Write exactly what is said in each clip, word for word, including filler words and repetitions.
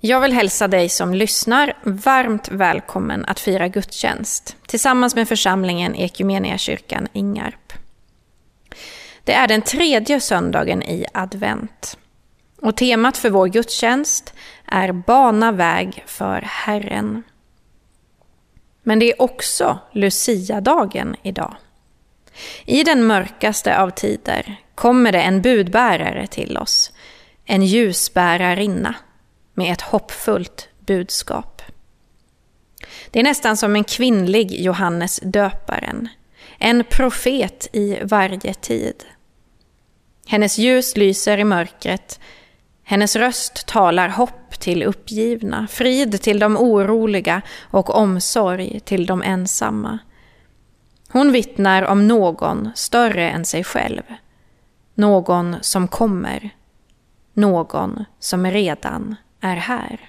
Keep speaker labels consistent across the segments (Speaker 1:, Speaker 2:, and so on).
Speaker 1: Jag vill hälsa dig som lyssnar varmt välkommen att fira gudstjänst tillsammans med församlingen Ekumeniakyrkan Ingarp. Det är den tredje söndagen i advent och temat för vår gudstjänst är bana väg för Herren. Men det är också Lucia-dagen idag. I den mörkaste av tider kommer det en budbärare till oss, en ljusbärarinna med ett hoppfullt budskap. Det är nästan som en kvinnlig Johannes döparen, en profet i varje tid. Hennes ljus lyser i mörkret, hennes röst talar hopp till uppgivna, frid till de oroliga och omsorg till de ensamma. Hon vittnar om någon större än sig själv, någon som kommer, någon som redan är här.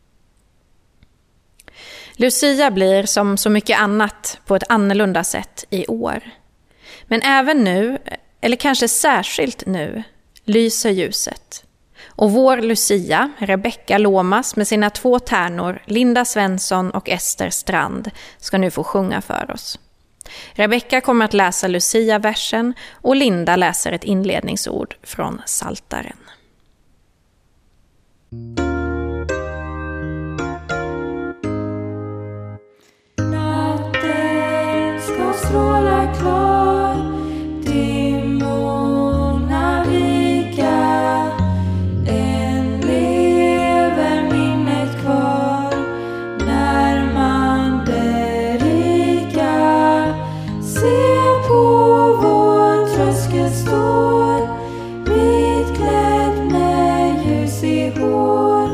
Speaker 1: Lucia blir som så mycket annat på ett annorlunda sätt i år. Men även nu, eller kanske särskilt nu, lyser ljuset. Och vår Lucia, Rebecka Lomas med sina två tärnor, Linda Svensson och Ester Strand, ska nu få sjunga för oss. Rebecka kommer att läsa Lucia-versen och Linda läser ett inledningsord från Psaltaren.
Speaker 2: Natten ska stråla klar, dimmorna vika, än lever minnet kvar, närmande rika. Se på vår tröskel står, vitklädd med ljus i hår.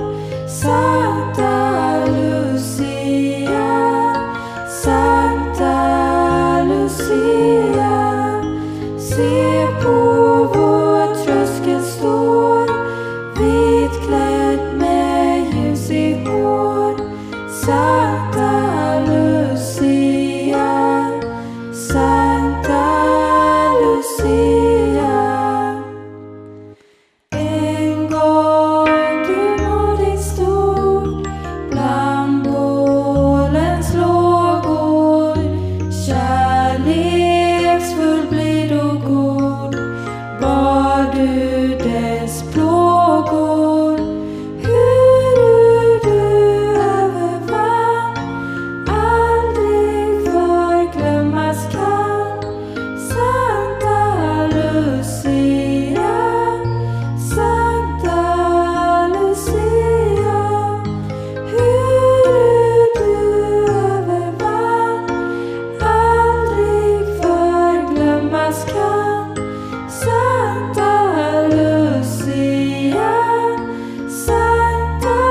Speaker 2: Santa Lucia, Santa Lucia. Se på vår tröskel står, vitklädd med ljus i hår. Santa Lucia, Santa Lucia. En gång du modigt stod bland bålens lågor, kärleksfull, blid och god, bar du dess plågor. Hur du övervann, aldrig förglömmas kan. Santa Lucia, Santa Lucia. Hur du övervann, aldrig förglömmas kan. Santa Lucia, Santa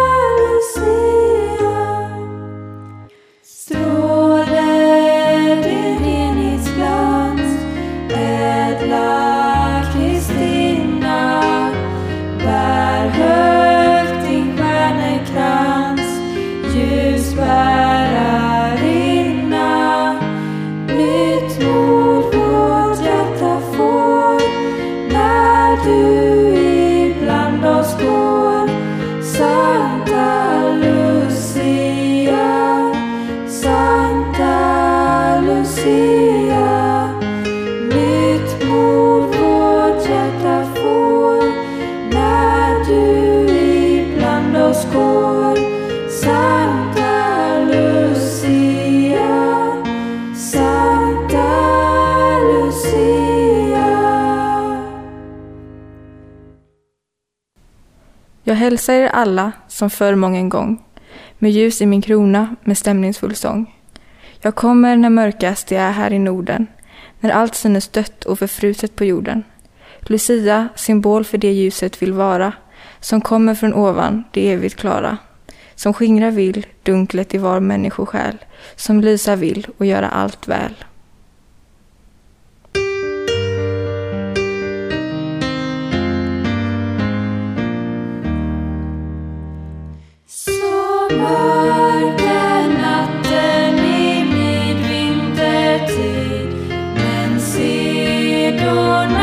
Speaker 2: Lucia. Stråle din enhetsglans, ädla Kristina, bär högt din stjärnekrans, ljusbärarinna. Nytt mod vårt hjärta får, när du ibland oss går. Santa Lucia, Santa Lucia. Nytt mod vårt hjärta får, när du ibland oss går. Santa Lucia, Santa Lucia.
Speaker 3: Jag hälsar er alla som för mången gång, med ljus i min krona, med stämningsfull sång. Jag kommer när mörkast det är här i Norden, när allt synes dött och förfruset på jorden. Lucia, symbol för det ljuset vill vara, som kommer från ovan, det evigt klara. Som skingrar vill, dunklet i var människosjäl, som lysa vill och göra allt väl.
Speaker 2: Så mörka natten i midvintertid, men se då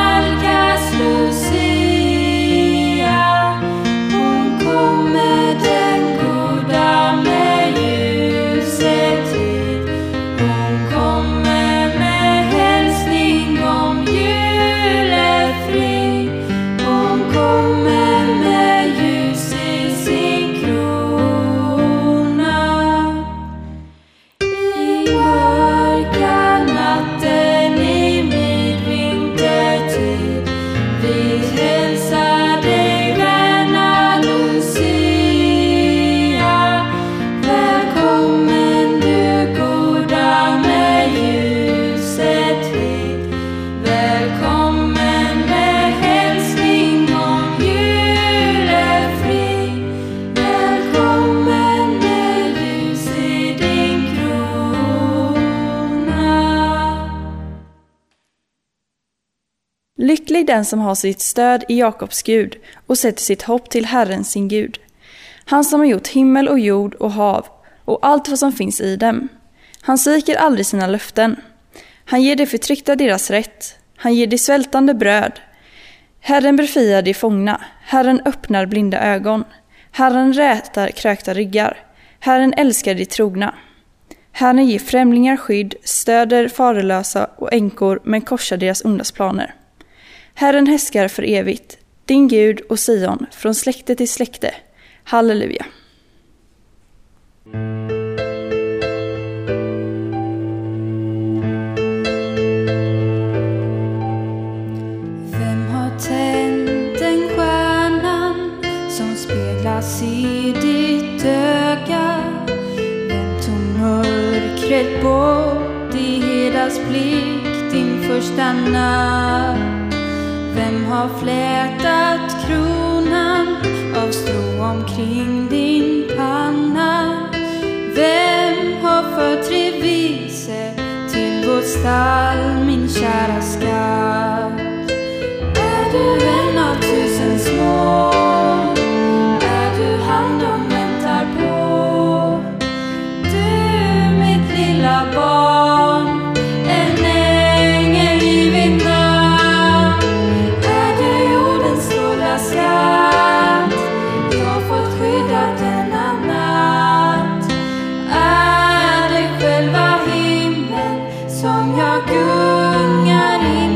Speaker 2: nalkas Lucia. Hon kommer
Speaker 4: Lycklig den som har sitt stöd i Jakobs Gud och sätter sitt hopp till Herren sin Gud. Han som har gjort himmel och jord och hav och allt vad som finns i dem. Han sviker aldrig sina löften. Han ger de förtryckta deras rätt. Han ger de svältande bröd. Herren befriar de fångna. Herren öppnar blinda ögon. Herren rätar krökta ryggar. Herren älskar de trogna. Herren ger främlingar skydd, stöder farlösa och änkor men korsar deras ondas planer. Herren härskar för evigt, din Gud och Sion, från släkte till släkte. Halleluja.
Speaker 2: Vem har tänt den stjärnan som speglas i ditt öga? Vem tog mörkret bort i Hedas blick din första natt? Vem har flätat kronan av strå omkring din panna? Vem har fört revise till vårt stall, min kära skatt? Är du en av tusen små? Är du han de väntar på? Du, mitt lilla barn, en ängel i mitt namn. Är du jordens stora skatt? Jag fått skydda denna natt. Är det själva himlen som jag gungar in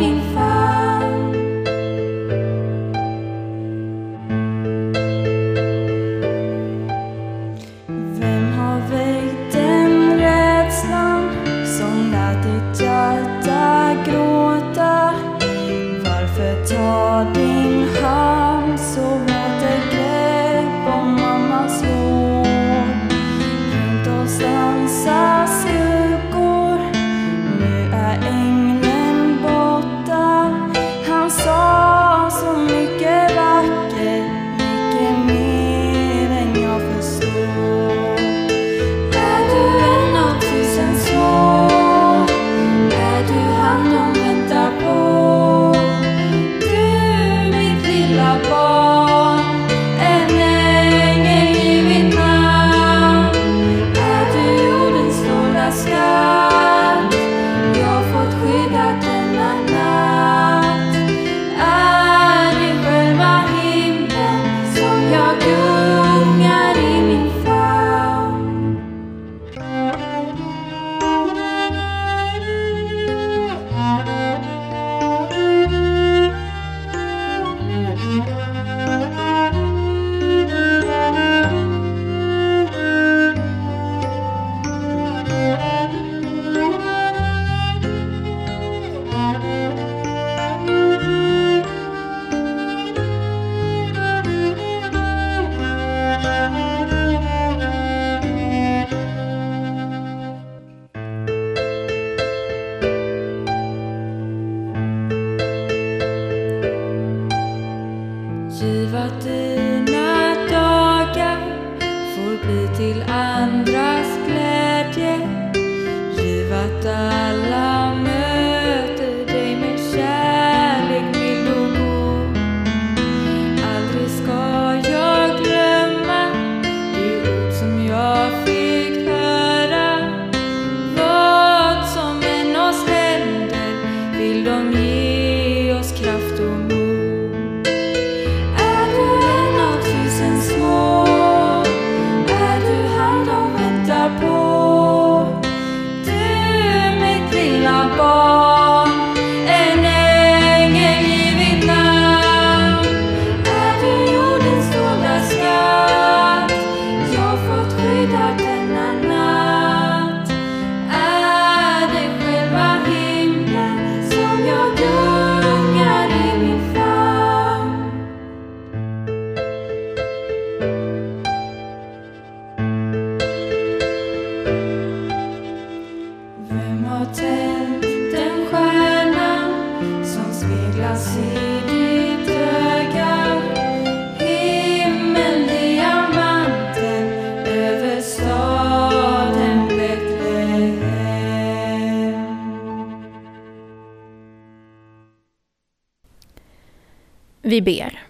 Speaker 1: Vi ber.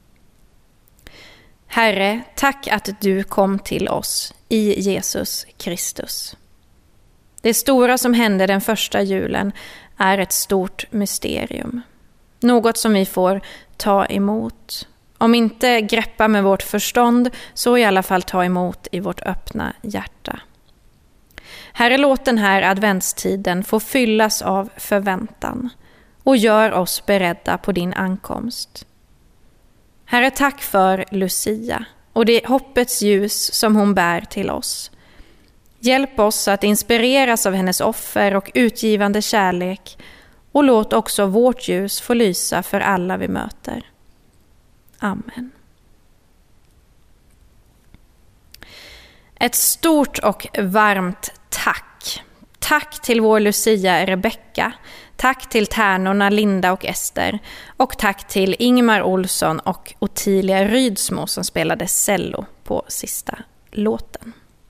Speaker 1: Herre, tack att du kom till oss i Jesus Kristus. Det stora som hände den första julen är ett stort mysterium. Något som vi får ta emot. Om inte greppa med vårt förstånd, så i alla fall ta emot i vårt öppna hjärta. Herre, låt den här adventstiden få fyllas av förväntan och gör oss beredda på din ankomst. Herre, tack för Lucia och det hoppets ljus som hon bär till oss. Hjälp oss att inspireras av hennes offer och utgivande kärlek och låt också vårt ljus få lysa för alla vi möter. Amen. Ett stort och varmt tack. Tack till vår Lucia Rebecka. Tack till tärnorna Linda och Ester. Och tack till Ingmar Olsson och Ottilia Rydsmo som spelade cello på sista låten.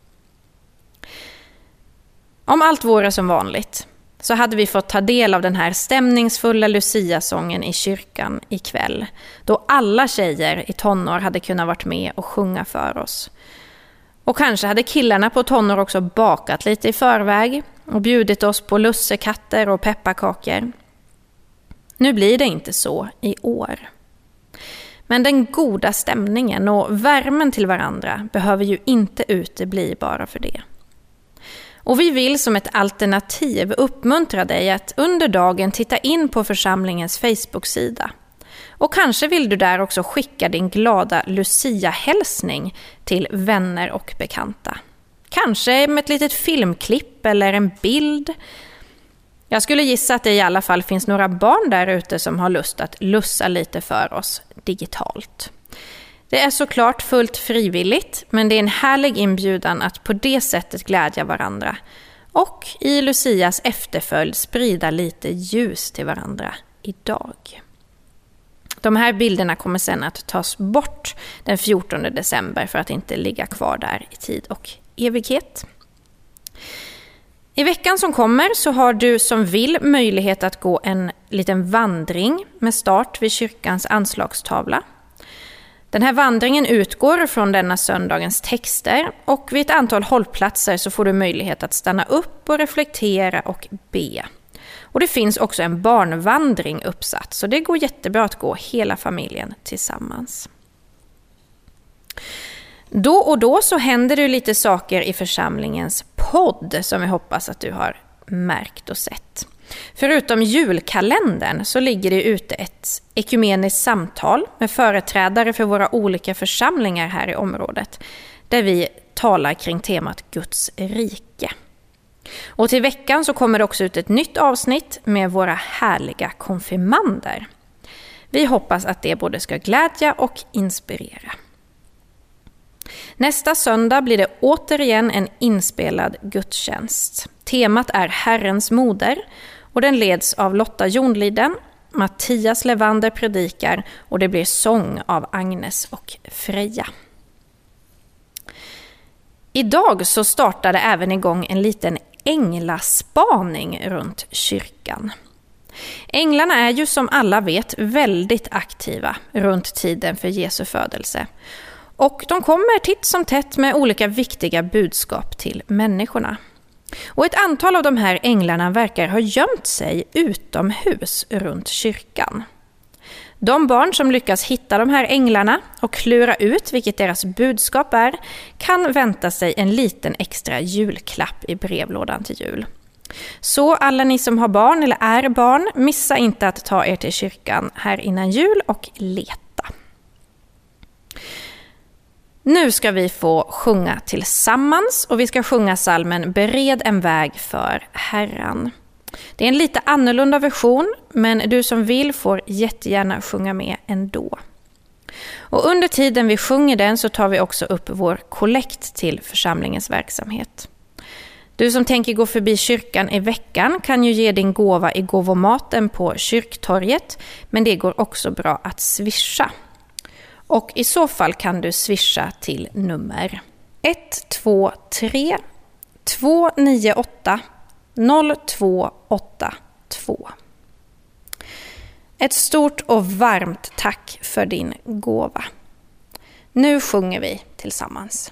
Speaker 1: Om allt vore som vanligt så hade vi fått ta del av den här stämningsfulla Lucia-sången i kyrkan ikväll, då alla tjejer i tonår hade kunnat varit med och sjunga för oss. Och kanske hade killarna på tonår också bakat lite i förväg och bjudit oss på lussekatter och pepparkakor. Nu blir det inte så i år. Men den goda stämningen och värmen till varandra behöver ju inte utebli bara för det. Och vi vill som ett alternativ uppmuntra dig att under dagen titta in på församlingens Facebook-sida. Och kanske vill du där också skicka din glada Lucia-hälsning till vänner och bekanta. Kanske med ett litet filmklipp eller en bild. Jag skulle gissa att det i alla fall finns några barn där ute som har lust att lussa lite för oss digitalt. Det är såklart fullt frivilligt, men det är en härlig inbjudan att på det sättet glädja varandra. Och i Lucias efterföljd sprida lite ljus till varandra idag. De här bilderna kommer sedan att tas bort den fjortonde december för att inte ligga kvar där i tid och evighet. I veckan som kommer så har du som vill möjlighet att gå en liten vandring med start vid kyrkans anslagstavla. Den här vandringen utgår från denna söndagens texter och vid ett antal hållplatser så får du möjlighet att stanna upp och reflektera och be. Och det finns också en barnvandring uppsatt, så det går jättebra att gå hela familjen tillsammans. Då och då så händer det lite saker i församlingens podd som jag hoppas att du har märkt och sett. Förutom julkalendern så ligger det ute ett ekumeniskt samtal med företrädare för våra olika församlingar här i området, där vi talar kring temat Guds rike. Och till veckan så kommer det också ut ett nytt avsnitt med våra härliga konfirmander. Vi hoppas att det både ska glädja och inspirera. Nästa söndag blir det återigen en inspelad gudstjänst. Temat är Herrens moder och den leds av Lotta Jonliden. Mattias Levander predikar och det blir sång av Agnes och Freja. Idag så startade även igång en liten änglaspaning runt kyrkan. Änglarna är ju som alla vet väldigt aktiva runt tiden för Jesu födelse. Och de kommer titt som tätt med olika viktiga budskap till människorna. Och ett antal av de här änglarna verkar ha gömt sig utomhus runt kyrkan. De barn som lyckas hitta de här änglarna och klura ut vilket deras budskap är kan vänta sig en liten extra julklapp i brevlådan till jul. Så alla ni som har barn eller är barn, missa inte att ta er till kyrkan här innan jul och leta. Nu ska vi få sjunga tillsammans och vi ska sjunga salmen Bered en väg för Herran. Det är en lite annorlunda version, men du som vill får jättegärna sjunga med ändå. Och under tiden vi sjunger den så tar vi också upp vår kollekt till församlingens verksamhet. Du som tänker gå förbi kyrkan i veckan kan ju ge din gåva i gåvomaten på kyrktorget, men det går också bra att swisha. Och i så fall kan du swisha till nummer ett två tre två nio åtta noll två åtta två. Ett stort och varmt tack för din gåva. Nu sjunger vi tillsammans.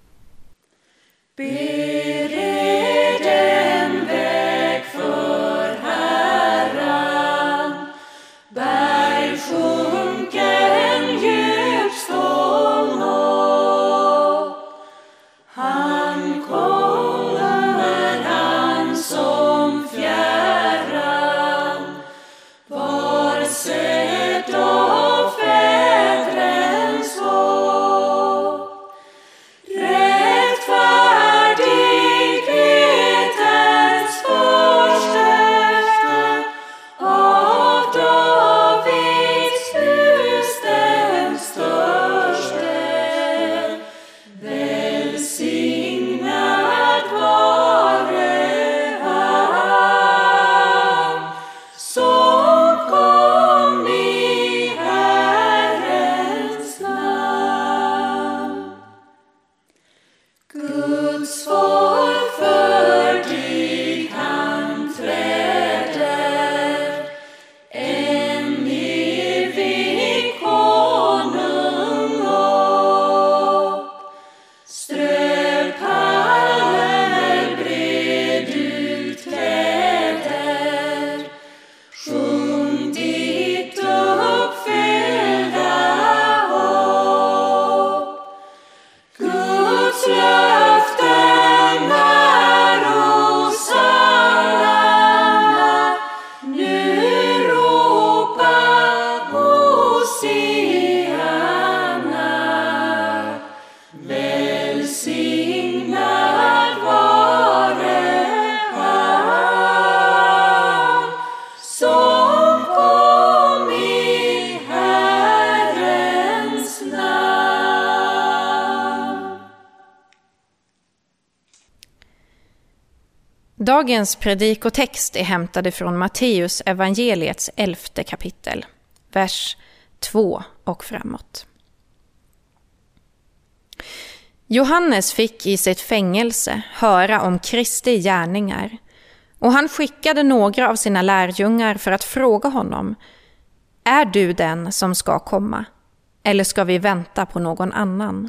Speaker 2: Bered en väg för Herren, berg sjunken djup stång upp. Han kommer, han som fjärran, var sett av fädrens våld. Rättfärdighetens förste, av Davids hus den störste. Välsignad vare han som kom i Herrens namn. Guds folk för dig han träder, en evig konung upp. Strö palmer bred utkläder, sjung ditt uppfyllda hopp. Guds löften är oss alla, nu ropa Hosianna. Välsignad vare han som kom i Herrens namn.
Speaker 1: Dagens predikotext är hämtade från Matteus evangeliets elfte kapitel, vers två och framåt. Johannes fick i sitt fängelse höra om Kristi gärningar, och han skickade några av sina lärjungar för att fråga honom: är du den som ska komma, eller ska vi vänta på någon annan?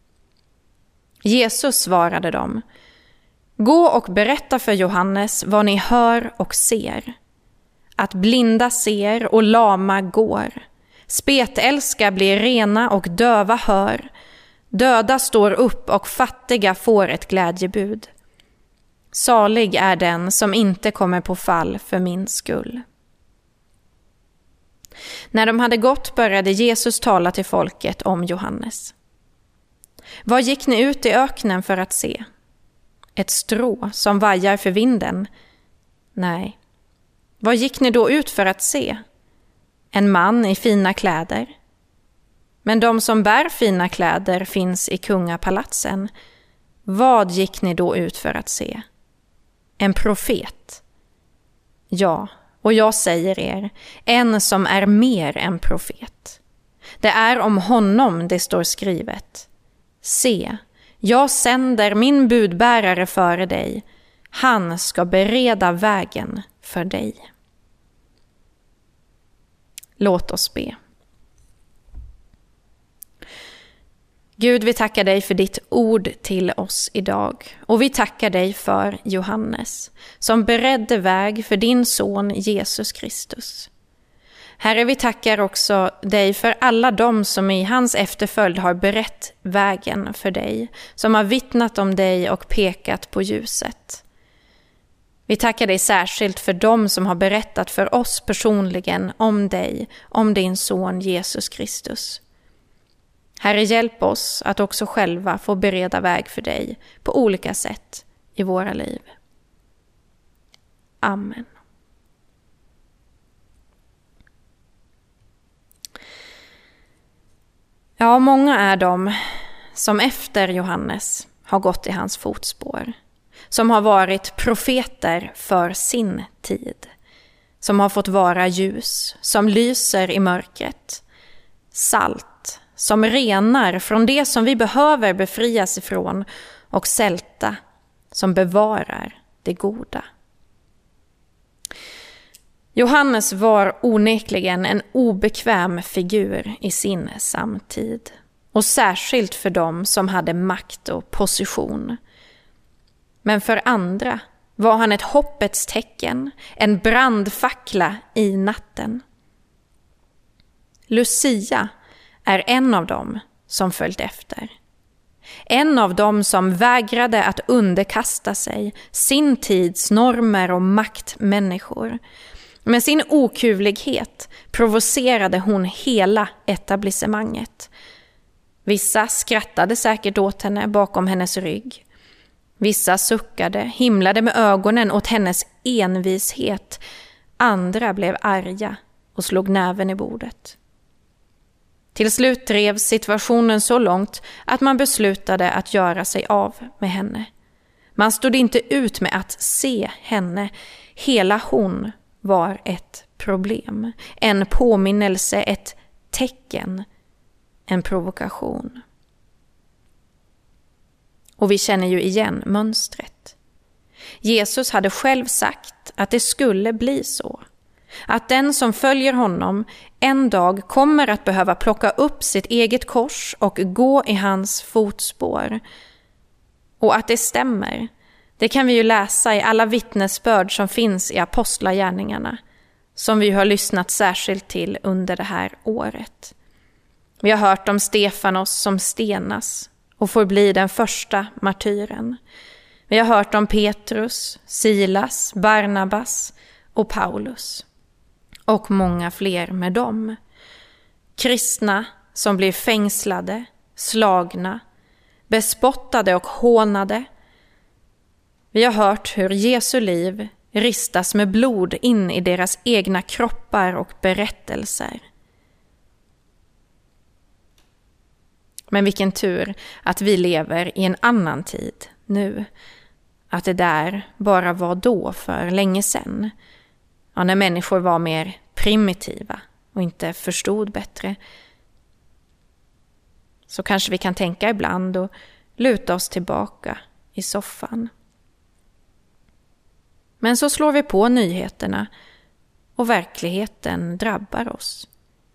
Speaker 1: Jesus svarade dem: gå och berätta för Johannes vad ni hör och ser. Att blinda ser och lama går. Spetälska blir rena och döva hör. Döda står upp och fattiga får ett glädjebud. Salig är den som inte kommer på fall för min skull. När de hade gått började Jesus tala till folket om Johannes. Vad gick ni ut i öknen för att se? Ett strå som vajar för vinden? Nej. Vad gick ni då ut för att se? En man i fina kläder? Men de som bär fina kläder finns i kungapalatsen. Vad gick ni då ut för att se? En profet? Ja, och jag säger er, en som är mer än profet. Det är om honom det står skrivet: se, jag sänder min budbärare före dig. Han ska bereda vägen för dig. Låt oss be. Gud, vi tackar dig för ditt ord till oss idag. Och vi tackar dig för Johannes, som beredde väg för din son Jesus Kristus. Herre, vi tackar också dig för alla de som i hans efterföljd har berett vägen för dig, som har vittnat om dig och pekat på ljuset. Vi tackar dig särskilt för dem som har berättat för oss personligen om dig, om din son Jesus Kristus. Herre, hjälp oss att också själva få bereda väg för dig på olika sätt i våra liv. Amen. Ja, många är de som efter Johannes har gått i hans fotspår, som har varit profeter för sin tid, som har fått vara ljus, som lyser i mörkret, salt, som renar från det som vi behöver befrias ifrån, och sälta, som bevarar det goda. Johannes var onekligen en obekväm figur i sin samtid, och särskilt för dem som hade makt och position. Men för andra var han ett hoppets tecken, en brandfackla i natten. Lucia är en av dem som följt efter. En av dem som vägrade att underkasta sig sin tids normer och maktmänniskor. Med sin okuvlighet provocerade hon hela etablissemanget. Vissa skrattade säkert åt henne bakom hennes rygg. Vissa suckade, himlade med ögonen åt hennes envishet. Andra blev arga och slog näven i bordet. Till slut drevs situationen så långt att man beslutade att göra sig av med henne. Man stod inte ut med att se henne. Hela hon var ett problem, en påminnelse, ett tecken, en provokation. Och vi känner ju igen mönstret. Jesus hade själv sagt att det skulle bli så. Att den som följer honom en dag kommer att behöva plocka upp sitt eget kors och gå i hans fotspår. Och att det stämmer, det kan vi ju läsa i alla vittnesbörd som finns i apostlagärningarna, som vi har lyssnat särskilt till under det här året. Vi har hört om Stefanos som stenas och får bli den första martyren. Vi har hört om Petrus, Silas, Barnabas och Paulus. Och många fler med dem. Kristna som blir fängslade, slagna, bespottade och hånade. Vi har hört hur Jesu liv ristas med blod in i deras egna kroppar och berättelser. Men vilken tur att vi lever i en annan tid nu. Att det där bara var då för länge sedan. Ja, när människor var mer primitiva och inte förstod bättre. Så kanske vi kan tänka ibland och luta oss tillbaka i soffan. Men så slår vi på nyheterna och verkligheten drabbar oss.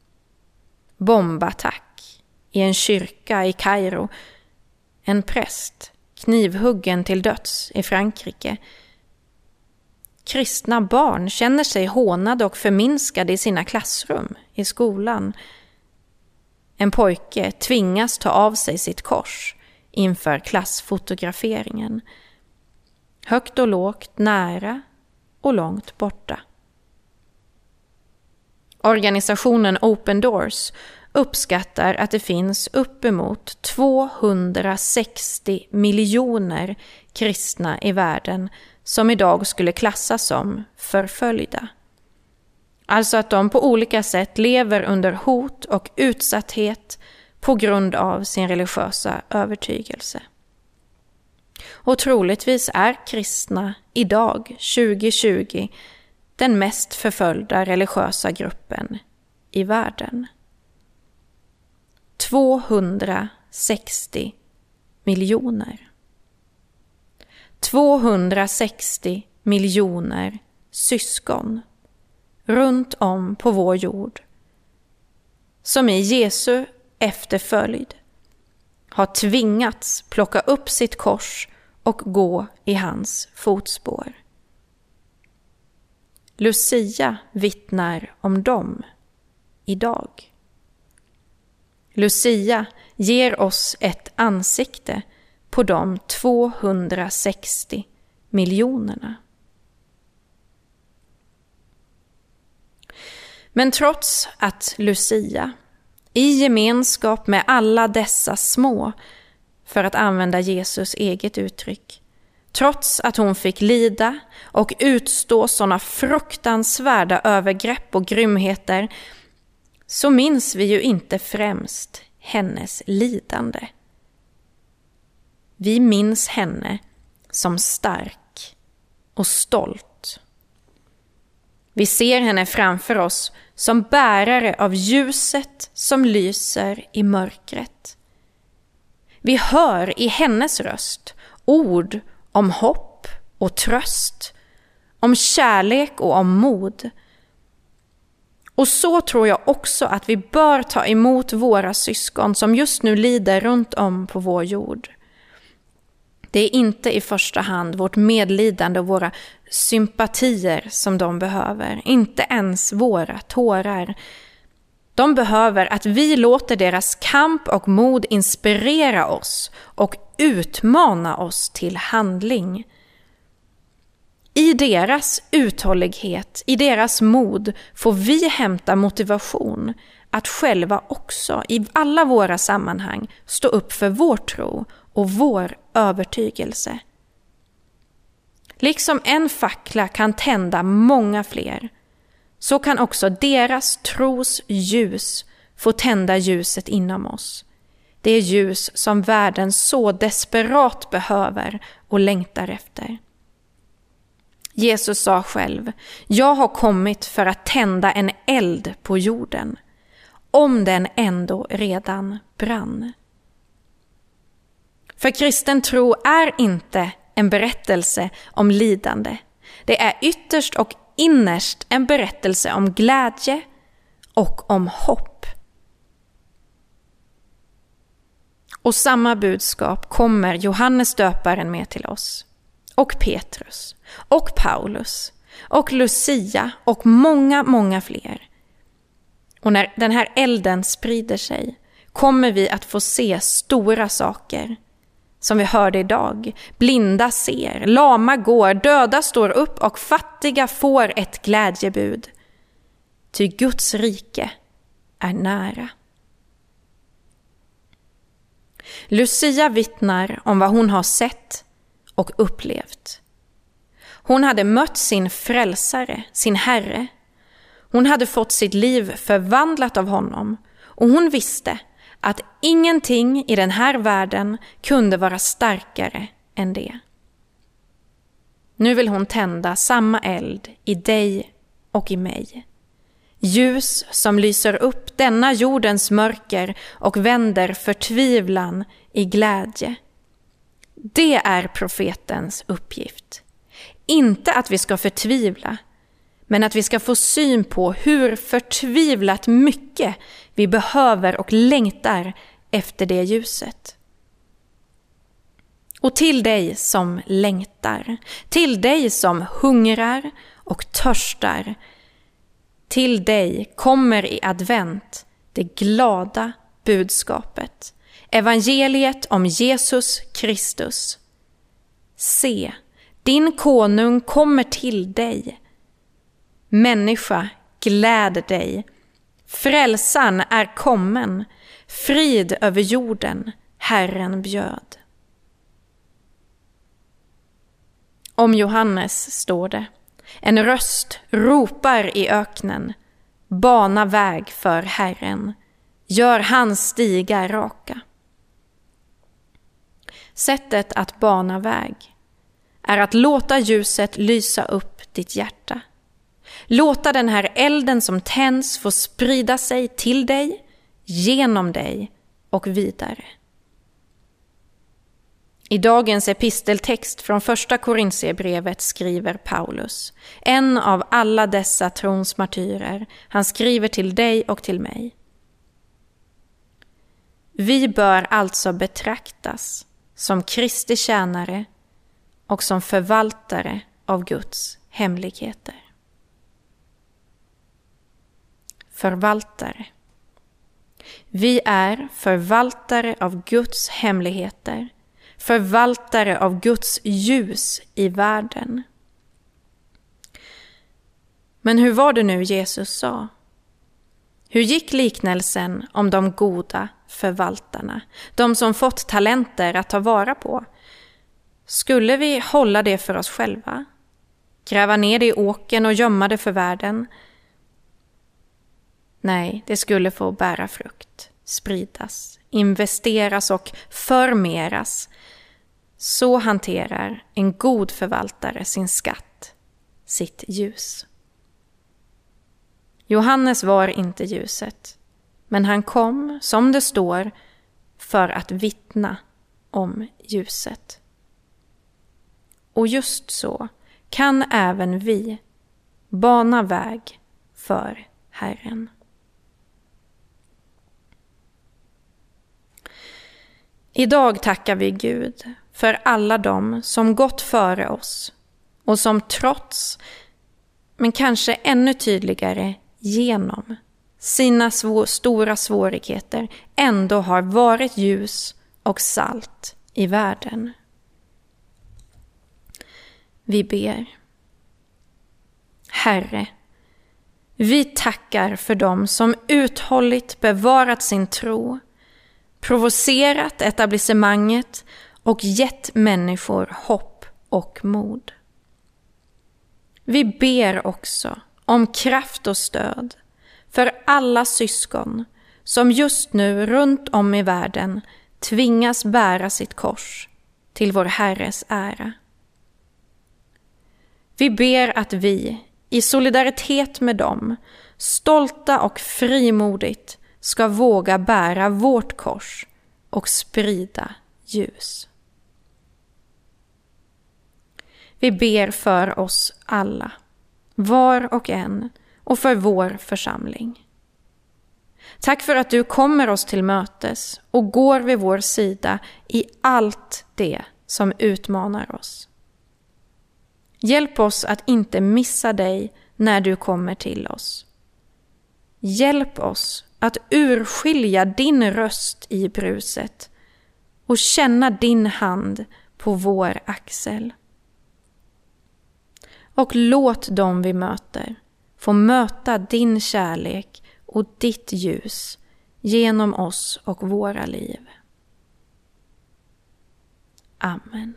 Speaker 1: Bombattack i en kyrka i Kairo. En präst knivhuggen till döds i Frankrike. Kristna barn känner sig hånade och förminskade i sina klassrum i skolan. En pojke tvingas ta av sig sitt kors inför klassfotograferingen. Högt och lågt, nära och långt borta. Organisationen Open Doors uppskattar att det finns uppemot tvåhundrasextio miljoner kristna i världen som idag skulle klassas som förföljda. Alltså att de på olika sätt lever under hot och utsatthet på grund av sin religiösa övertygelse. Och troligtvis är kristna idag, tjugo tjugo, den mest förföljda religiösa gruppen i världen. tvåhundrasextio miljoner. tvåhundrasextio miljoner syskon runt om på vår jord som i Jesu efterföljd har tvingats plocka upp sitt kors och gå i hans fotspår. Lucia vittnar om dem idag. Lucia ger oss ett ansikte på de tvåhundrasextio miljonerna. Men trots att Lucia, i gemenskap med alla dessa små, för att använda Jesus eget uttryck, trots att hon fick lida och utstå sådana fruktansvärda övergrepp och grymheter, så minns vi ju inte främst hennes lidande. Vi minns henne som stark och stolt. Vi ser henne framför oss som bärare av ljuset som lyser i mörkret. Vi hör i hennes röst ord om hopp och tröst, om kärlek och om mod, Och så tror jag också att vi bör ta emot våra syskon som just nu lider runt om på vår jord. Det är inte i första hand vårt medlidande och våra sympatier som de behöver, inte ens våra tårar. De behöver att vi låter deras kamp och mod inspirera oss och utmana oss till handling. I deras uthållighet, i deras mod får vi hämta motivation att själva också i alla våra sammanhang stå upp för vår tro och vår övertygelse. Liksom en fackla kan tända många fler, så kan också deras tros ljus få tända ljuset inom oss. Det är ljus som världen så desperat behöver och längtar efter. Jesus sa själv: jag har kommit för att tända en eld på jorden, om den ändå redan brann. För kristen tro är inte en berättelse om lidande. Det är ytterst och innerst en berättelse om glädje och om hopp. Och samma budskap kommer Johannes döparen med till oss, och Petrus, och Paulus, och Lucia och många, många fler. Och när den här elden sprider sig kommer vi att få se stora saker. Som vi hörde idag, blinda ser, lama går, döda står upp och fattiga får ett glädjebud. Ty Guds rike är nära. Lucia vittnar om vad hon har sett och upplevt. Hon hade mött sin frälsare, sin Herre. Hon hade fått sitt liv förvandlat av honom, och hon visste att ingenting i den här världen kunde vara starkare än det. Nu vill hon tända samma eld i dig och i mig. Ljus som lyser upp denna jordens mörker och vänder förtvivlan i glädje. Det är profetens uppgift. Inte att vi ska förtvivla, men att vi ska få syn på hur förtvivlat mycket vi behöver och längtar efter det ljuset. Och till dig som längtar, till dig som hungrar och törstar, till dig kommer i advent det glada budskapet, evangeliet om Jesus Kristus. Se, din konung kommer till dig. Människa, gläd dig. Frälsan är kommen, frid över jorden, Herren bjöd. Om Johannes står det: en röst ropar i öknen, bana väg för Herren, gör hans stigar raka. Sättet att bana väg är att låta ljuset lysa upp ditt hjärta. Låta den här elden som tänds få sprida sig till dig, genom dig och vidare. I dagens episteltext från första Korintierbrevet skriver Paulus, en av alla dessa trons martyrer. Han skriver till dig och till mig. Vi bör alltså betraktas som Kristi tjänare och som förvaltare av Guds hemligheter. Förvaltare. Vi är förvaltare av Guds hemligheter, förvaltare av Guds ljus i världen. Men hur var det nu Jesus sa? Hur gick liknelsen om de goda förvaltarna, de som fått talenter att ta vara på? Skulle vi hålla det för oss själva? Gräva ner det i åken och gömma det för världen? Nej, det skulle få bära frukt, spridas, investeras och förmeras. Så hanterar en god förvaltare sin skatt, sitt ljus. Johannes var inte ljuset, men han kom, som det står, för att vittna om ljuset. Och just så kan även vi bana väg för Herren. Idag tackar vi Gud för alla dem som gått före oss och som trots, men kanske ännu tydligare genom, sina svå- stora svårigheter ändå har varit ljus och salt i världen. Vi ber. Herre, vi tackar för dem som uthålligt bevarat sin tro, provocerat etablissemanget och gett människor hopp och mod. Vi ber också om kraft och stöd för alla syskon som just nu runt om i världen tvingas bära sitt kors till vår Herres ära. Vi ber att vi, i solidaritet med dem, stolta och frimodigt ska våga bära vårt kors och sprida ljus. Vi ber för oss alla, var och en, och för vår församling. Tack för att du kommer oss till mötes och går vid vår sida i allt det som utmanar oss. Hjälp oss att inte missa dig när du kommer till oss. Hjälp oss att urskilja din röst i bruset och känna din hand på vår axel. Och låt dem vi möter få möta din kärlek och ditt ljus genom oss och våra liv. Amen.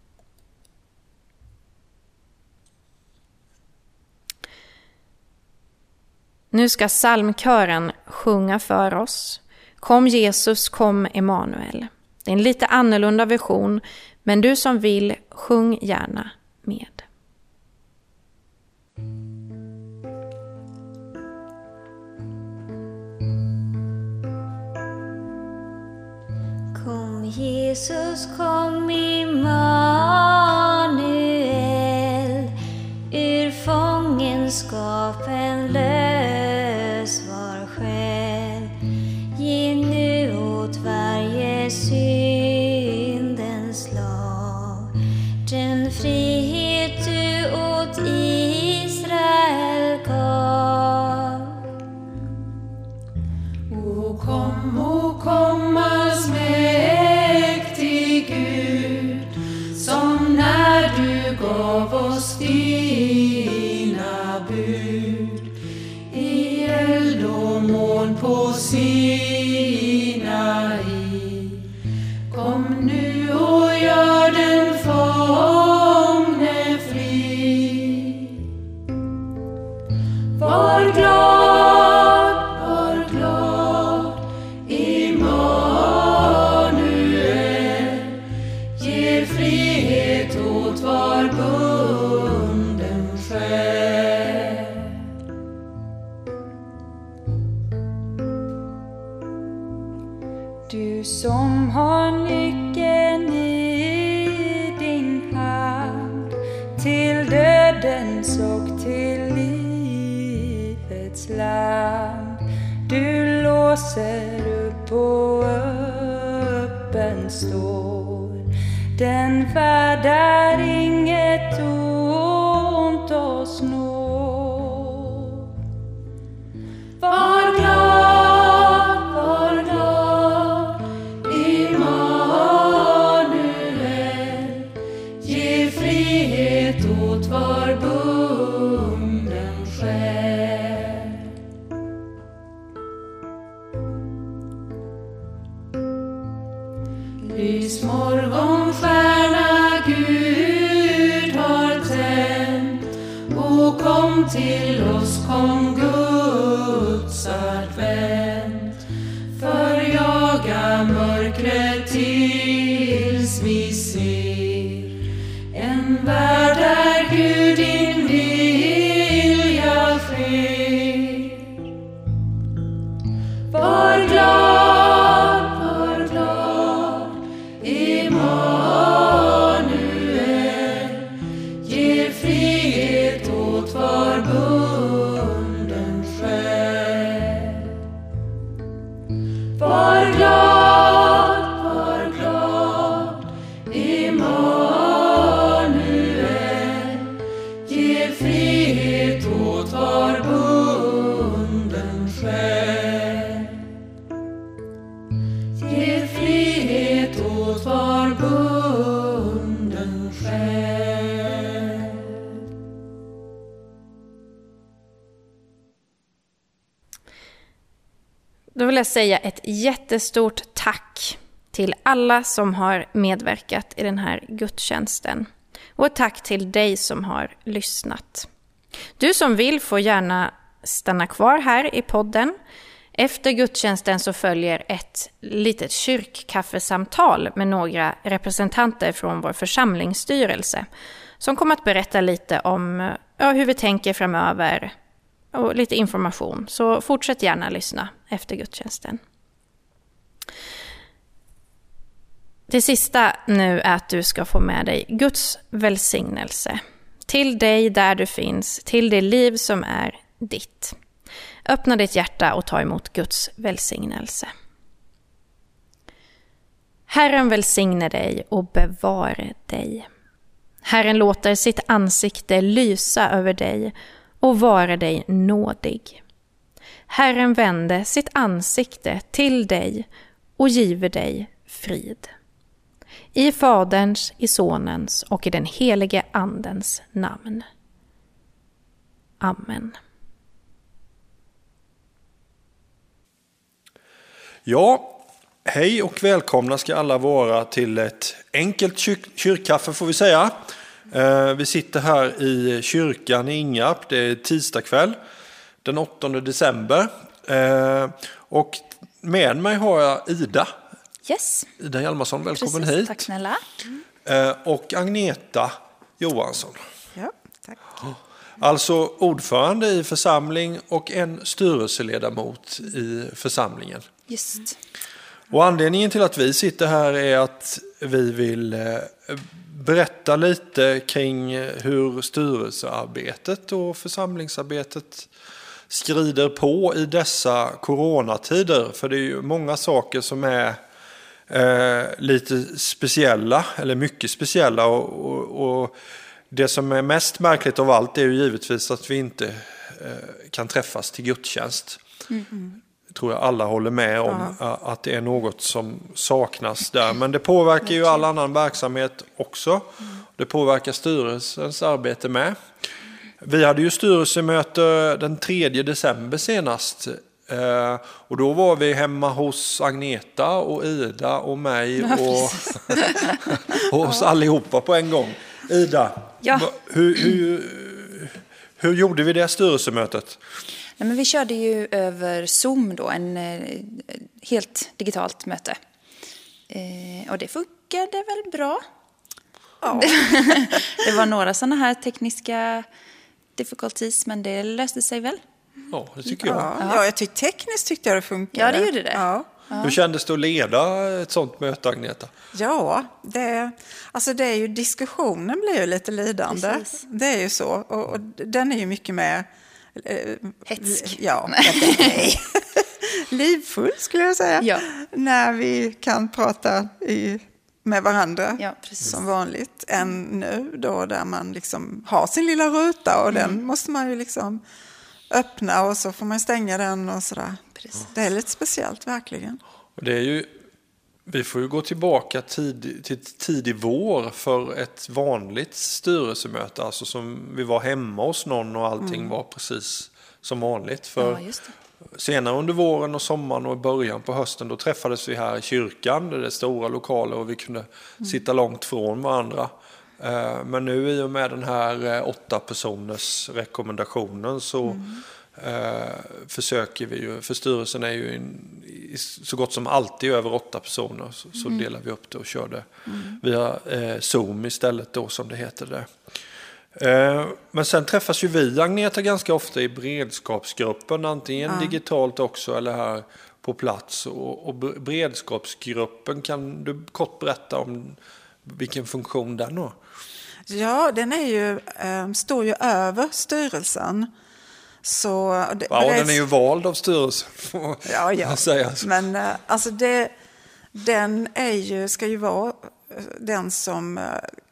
Speaker 1: Nu ska psalmkören sjunga för oss. Kom Jesus, kom Emanuel. Det är en lite annorlunda version, men du som vill, sjung gärna med.
Speaker 5: Kom Jesus, kom Emanuel, ur fångenskapen lös var själ. Ge nu åt varje syndens slav den frihet du åt Israel gav.
Speaker 2: O kom, o kom allsmäktig Gud, som när du gav oss dina bud i eld och moln på Sinai. Kom nu och gör den fångne fri. Var glad, var glad, Emanuel ger frihet åt var bunden själ.
Speaker 3: Du som har nyckeln i din hand till dödens och till livets land. Du låser upp och öppen står den färd där inget ont oss når.
Speaker 2: Var glad, var glad, Emanuel ger frihet åt var bunden själ. Lys morgonstjärna Gud har tänt, och kom till oss, kom Guds advent. Förjaga mörkret tills vi ser en värld där Gud din vilja sker. Var glad, var glad, Emanuel ger frihet åt var bunden var bunden själ.
Speaker 1: Då vill jag säga ett jättestort tack till alla som har medverkat i den här gudstjänsten. Och ett tack till dig som har lyssnat. Du som vill får gärna stanna kvar här i podden. Efter gudstjänsten så följer ett litet kyrkkaffesamtal med några representanter från vår församlingsstyrelse som kommer att berätta lite om ja, hur vi tänker framöver och lite information. Så fortsätt gärna lyssna efter gudstjänsten. Det sista nu är att du ska få med dig Guds välsignelse till dig där du finns, till det liv som är ditt. Öppna ditt hjärta och ta emot Guds välsignelse. Herren välsigne dig och bevare dig. Herren låter sitt ansikte lysa över dig och vara dig nådig. Herren vände sitt ansikte till dig och giver dig frid. I Faderns, i Sonens och i den helige Andens namn. Amen.
Speaker 6: Ja, hej och välkomna ska alla vara till ett enkelt kyr- kyrkkaffe får vi säga. Eh, vi sitter här i kyrkan i Ingarp, det är tisdag kväll den åttonde december. Eh, och med mig har jag Ida.
Speaker 4: Yes.
Speaker 6: Ida Hjalmarsson, välkommen
Speaker 4: Precis,
Speaker 6: hit.
Speaker 4: tack snälla.
Speaker 6: Eh, och Agneta Johansson.
Speaker 7: Ja, tack.
Speaker 6: Alltså ordförande i församling och en styrelseledamot i församlingen.
Speaker 4: Just.
Speaker 6: Och anledningen till att vi sitter här är att vi vill eh, berätta lite kring hur styrelsearbetet och församlingsarbetet skrider på i dessa coronatider. För det är ju många saker som är eh, lite speciella, eller mycket speciella. Och, och, och det som är mest märkligt av allt är ju givetvis att vi inte eh, kan träffas till gudstjänst. Mm-hmm. Tror jag alla håller med om, ja. Att det är något som saknas där. Men det påverkar ju all annan verksamhet också. Mm. Det påverkar styrelsens arbete med. Vi hade ju styrelsemöte den tredje december senast. Eh, och då var vi hemma hos Agneta och Ida och mig ja, och, och oss ja. allihopa på en gång. Ida,
Speaker 8: ja.
Speaker 6: hur, hur, hur gjorde vi det styrelsemötet?
Speaker 8: Nej, men vi körde ju över Zoom då, en eh, helt digitalt möte. Eh, och det funkade väl bra. Ja. Det var några sådana här tekniska difficulties, men det löste sig väl.
Speaker 6: Ja, det tycker jag.
Speaker 7: Ja, ja jag tyckte tekniskt tyckte jag det funkade.
Speaker 8: Ja, det gjorde det.
Speaker 7: Ja.
Speaker 8: Ja.
Speaker 6: Hur kändes det att leda ett sånt möte, Agneta?
Speaker 7: Ja, det, alltså det är ju, diskussionen blir ju lite lidande. Precis. Det är ju så. Och, och den är ju mycket mer...
Speaker 8: Hetsk.
Speaker 7: Ja, livfull skulle jag säga.
Speaker 8: Ja.
Speaker 7: När vi kan prata i, med varandra
Speaker 8: ja,
Speaker 7: som vanligt. Än nu då där man liksom har sin lilla ruta och mm. den måste man ju liksom öppna och så får man stänga den och sådär. Precis. Det är lite speciellt verkligen.
Speaker 6: Och det är ju, vi får ju gå tillbaka tid, till tidig vår för ett vanligt styrelsemöte. Alltså som vi var hemma hos någon och allting mm. var precis som vanligt. För
Speaker 8: ja, just det.
Speaker 6: Senare under våren och sommaren och början på hösten då träffades vi här i kyrkan. Där det är stora lokaler och vi kunde mm. sitta långt från varandra. Men nu i och med den här åtta personers rekommendationen så mm. Uh, försöker vi ju, för styrelsen är ju in, så gott som alltid över åtta personer så, mm. så delar vi upp det och kör det mm. via uh, Zoom istället då som det heter där. Uh, men sen träffas ju vi, Agneta, ganska ofta i beredskapsgruppen, antingen ja. digitalt också eller här på plats. Och, och beredskapsgruppen, kan du kort berätta om vilken funktion den har?
Speaker 7: Ja, den är ju, äh, står ju över styrelsen. Så det,
Speaker 6: ja, den är ju vald av styrelsen.
Speaker 7: Ja, ja.
Speaker 6: Säga.
Speaker 7: Men alltså det, den är ju, ska ju vara den som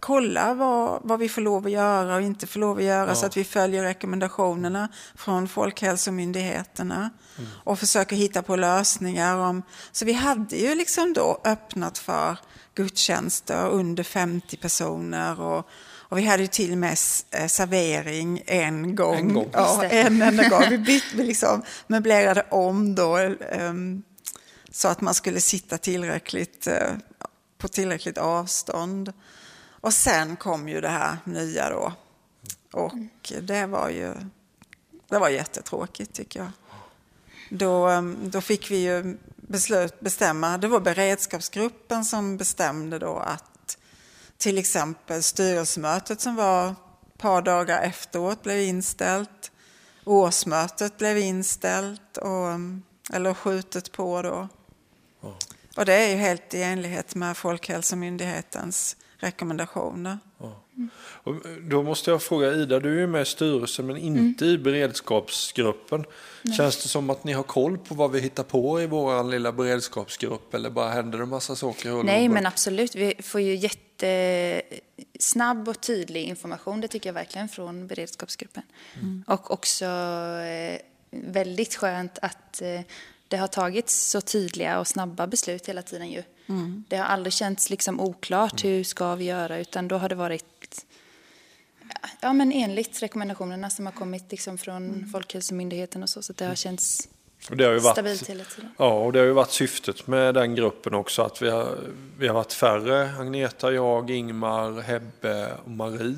Speaker 7: kolla vad, vad vi får lov att göra och inte får lov att göra ja. Så att vi följer rekommendationerna från Folkhälsomyndigheterna mm. och försöker hitta på lösningar. Om, så vi hade ju liksom då öppnat för gudstjänster under femtio personer och, och vi hade ju till och med servering en gång. En, gång. Ja, en enda gång. Vi, bytte, vi liksom möblerade om då um, så att man skulle sitta tillräckligt uh, på tillräckligt avstånd. Och sen kom ju det här nya då. Och det var ju det var jättetråkigt tycker jag. Då, då fick vi ju beslut, bestämma, det var beredskapsgruppen som bestämde då att till exempel styrelsemötet som var ett par dagar efteråt blev inställt. Årsmötet blev inställt och, eller skjutet på då. Oh. Och det är ju helt i enlighet med Folkhälsomyndighetens rekommendationer.
Speaker 6: Ja. Och då måste jag fråga Ida, du är ju med i styrelsen men inte mm. i beredskapsgruppen. Nej. Känns det som att ni har koll på vad vi hittar på i vår lilla beredskapsgrupp eller bara händer det en massa saker?
Speaker 8: Nej, men absolut. Vi får ju jättesnabb och tydlig information, det tycker jag verkligen, från beredskapsgruppen. Mm. Och också eh, väldigt skönt att eh, det har tagits så tydliga och snabba beslut hela tiden ju. Mm. Det har aldrig känts liksom oklart hur ska vi göra, utan då har det varit ja, men enligt rekommendationerna som har kommit liksom från mm. Folkhälsomyndigheten och så, så det har känts
Speaker 6: och det har ju varit,
Speaker 8: stabilt hela tiden.
Speaker 6: Ja, och det har ju varit syftet med den gruppen också, att vi har, vi har varit färre. Agneta, jag, Ingmar, Hebbe och Marie.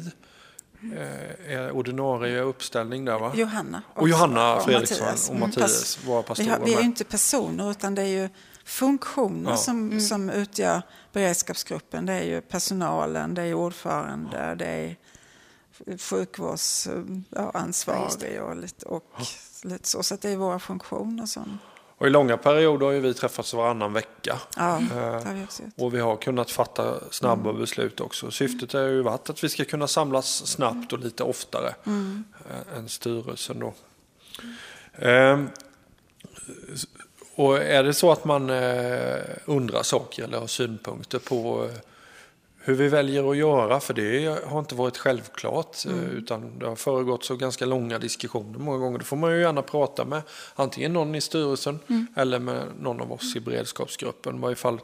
Speaker 6: Är ordinarie uppställning där, va?
Speaker 7: Johanna.
Speaker 6: Och, och Johanna Fredriksson och, och Mattias var pastorer.
Speaker 7: Vi, har, vi är ju inte personer utan det är ju funktioner ja. som, mm. som utgör beredskapsgruppen. Det är ju personalen, det är ordförande, ja. det är sjukvårdsansvarig ja, och, lite, och ja. lite så. Så att det är våra funktioner som...
Speaker 6: Och i långa perioder har ju vi träffats varannan vecka.
Speaker 7: Ja, det har vi också gjort.
Speaker 6: Och vi har kunnat fatta snabba mm. beslut också. Syftet har ju varit att vi ska kunna samlas snabbt och lite oftare mm. än styrelsen då. Mm. Och är det så att man undrar saker eller har synpunkter på hur vi väljer att göra, för det har inte varit självklart mm. utan det har föregått så ganska långa diskussioner många gånger. Då får man ju gärna prata med antingen någon i styrelsen mm. eller med någon av oss i beredskapsgruppen. I varje fall,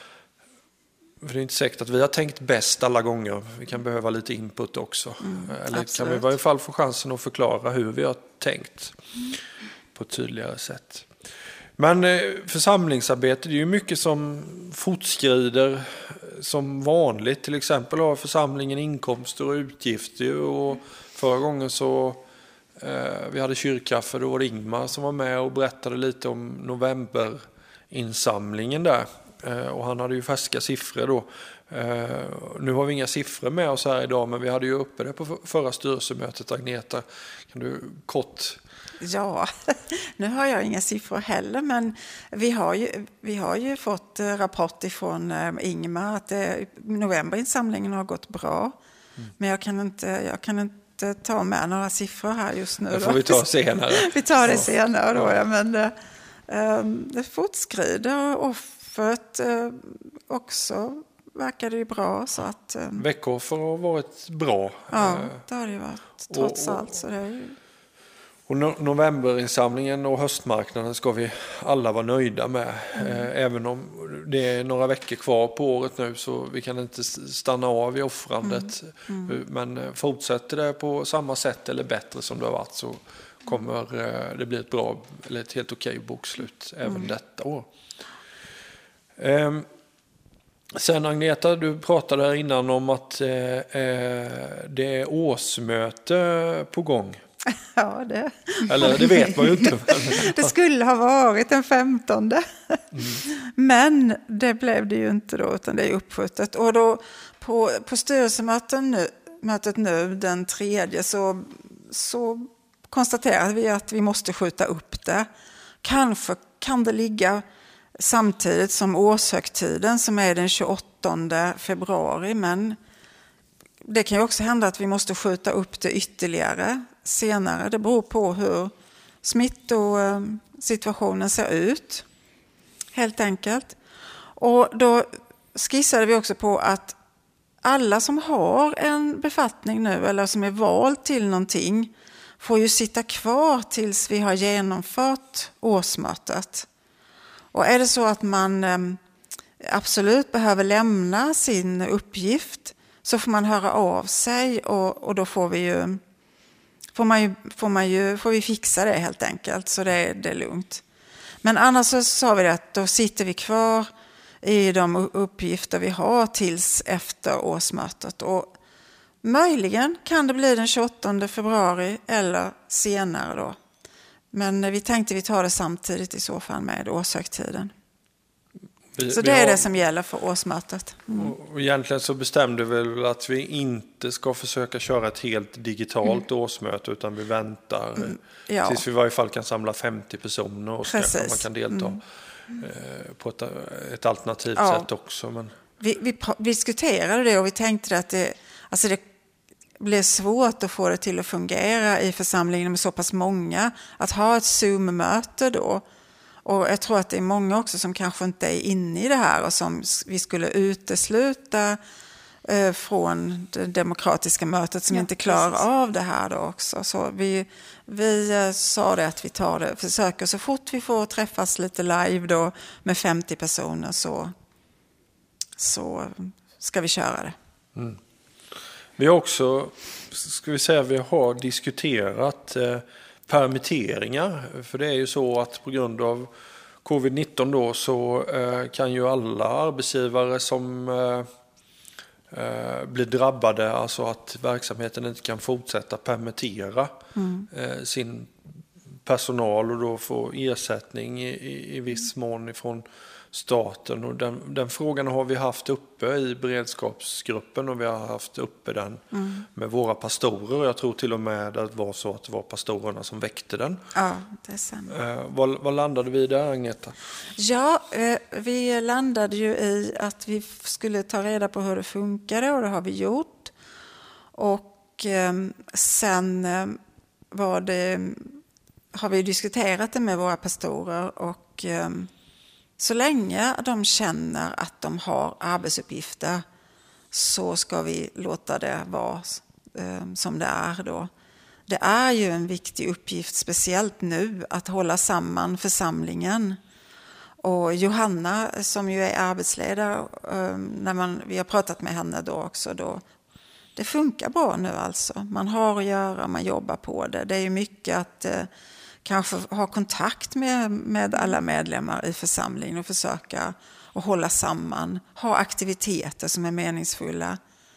Speaker 6: för det är inte säkert att vi har tänkt bäst alla gånger. Vi kan behöva lite input också. Mm, eller absolut. Kan vi i varje fall få chansen att förklara hur vi har tänkt mm. på ett tydligare sätt. Men församlingsarbete, det är ju mycket som fortskrider som vanligt. Till exempel har församlingen inkomster och utgifter. Och förra gången så eh, vi hade kyrkkaffe, då var det Ingmar som var med och berättade lite om novemberinsamlingen där. Eh, och han hade ju färska siffror då. Eh, nu har vi inga siffror med oss här idag, men vi hade ju uppe det på förra styrelsemötet. Agneta, kan du kort...
Speaker 7: Ja, nu har jag inga siffror heller, men vi har ju, vi har ju fått rapport ifrån Ingmar att det, novemberinsamlingen har gått bra. Mm. Men jag kan, inte, jag kan inte ta med några siffror här just nu.
Speaker 6: Det får vi ta senare.
Speaker 7: vi tar det senare då, ja, men det, det fortskrider och offret också verkar det ju bra. Så att,
Speaker 6: Veckoffer har varit bra.
Speaker 7: Ja, det har det ju varit trots och, och, allt. Så det är ju...
Speaker 6: Och novemberinsamlingen och höstmarknaden ska vi alla vara nöjda med. Mm. Även om det är några veckor kvar på året nu så vi kan inte stanna av i offrandet. Mm. Mm. Men fortsätter det på samma sätt eller bättre som det har varit så kommer det bli ett bra eller ett helt okej bokslut även mm. detta år. Ehm. Sen Agneta, du pratade här innan om att eh, det är årsmöte på gång.
Speaker 7: Ja, det.
Speaker 6: Eller det vet man ju inte.
Speaker 7: Det skulle ha varit den femtonde. Mm. Men det blev det ju inte då, utan det är uppskjutet. Och då på, på styrelsemötet nu, mötet nu den tredje så, så konstaterade vi att vi måste skjuta upp det. Kanske kan det ligga samtidigt som årshögtiden som är den tjugoåttonde februari, men det kan ju också hända att vi måste skjuta upp det ytterligare senare. Det beror på hur smittosituationen ser ut, helt enkelt. Och då skissade vi också på att alla som har en befattning nu eller som är vald till någonting får ju sitta kvar tills vi har genomfört årsmötet. Och är det så att man eh, absolut behöver lämna sin uppgift så får man höra av sig och, och då får vi ju får man ju, får man ju får vi fixa det helt enkelt, så det, det är lugnt. Men annars så sa vi att då sitter vi kvar i de uppgifter vi har tills efter årsmötet. Och möjligen kan det bli den tjugoåttonde februari eller senare då. Men vi tänkte vi tar det samtidigt i så fall med årshögtiden.
Speaker 6: Vi,
Speaker 7: så
Speaker 6: vi
Speaker 7: det är
Speaker 6: har,
Speaker 7: det som gäller för årsmötet. Mm.
Speaker 6: Och egentligen så bestämde vi väl att vi inte ska försöka köra ett helt digitalt mm. årsmöte utan vi väntar mm. ja. tills vi i varje fall kan samla femtio personer och så man kan delta mm. eh, på ett, ett alternativt ja. sätt också. Men...
Speaker 7: Vi, vi diskuterade det och vi tänkte att det, alltså det blev svårt att få det till att fungera i församlingen med så pass många. Att ha ett Zoom-möte då. Och jag tror att det är många också som kanske inte är inne i det här och som vi skulle utesluta eh, från det demokratiska mötet som ja, inte klarar precis. av det här då också. Så vi, vi eh, sa det att vi tar det, försöker så fort vi får träffas lite live då med femtio personer så, så ska vi köra det. Mm.
Speaker 6: Vi har också, ska vi säga, vi har diskuterat eh, permitteringar. För det är ju så att på grund av covid nitton då så eh, kan ju alla arbetsgivare som eh, eh, blir drabbade, alltså att verksamheten inte kan fortsätta permittera mm. eh, sin personal och då få ersättning i, i, i viss mån ifrån staten. Och den, den frågan har vi haft uppe i beredskapsgruppen och vi har haft uppe den mm. med våra pastorer. Jag tror till och med att det var så att det var pastorerna som väckte den.
Speaker 7: Ja, det stämmer.
Speaker 6: Eh, vad, vad landade vi där, Agneta?
Speaker 7: Ja, eh, vi landade ju i att vi skulle ta reda på hur det funkade och det har vi gjort. Och eh, sen eh, var det, har vi diskuterat det med våra pastorer och eh, så länge de känner att de har arbetsuppgifter så ska vi låta det vara eh, som det är då. Det är ju en viktig uppgift, speciellt nu, att hålla samman församlingen. Och Johanna, som ju är arbetsledare, eh, när man, vi har pratat med henne då också, då, det funkar bra nu alltså. Man har att göra, man jobbar på det. Det är ju mycket att... Eh, kanske ha kontakt med, med alla medlemmar i församlingen och försöka att hålla samman, ha aktiviteter som är meningsfulla.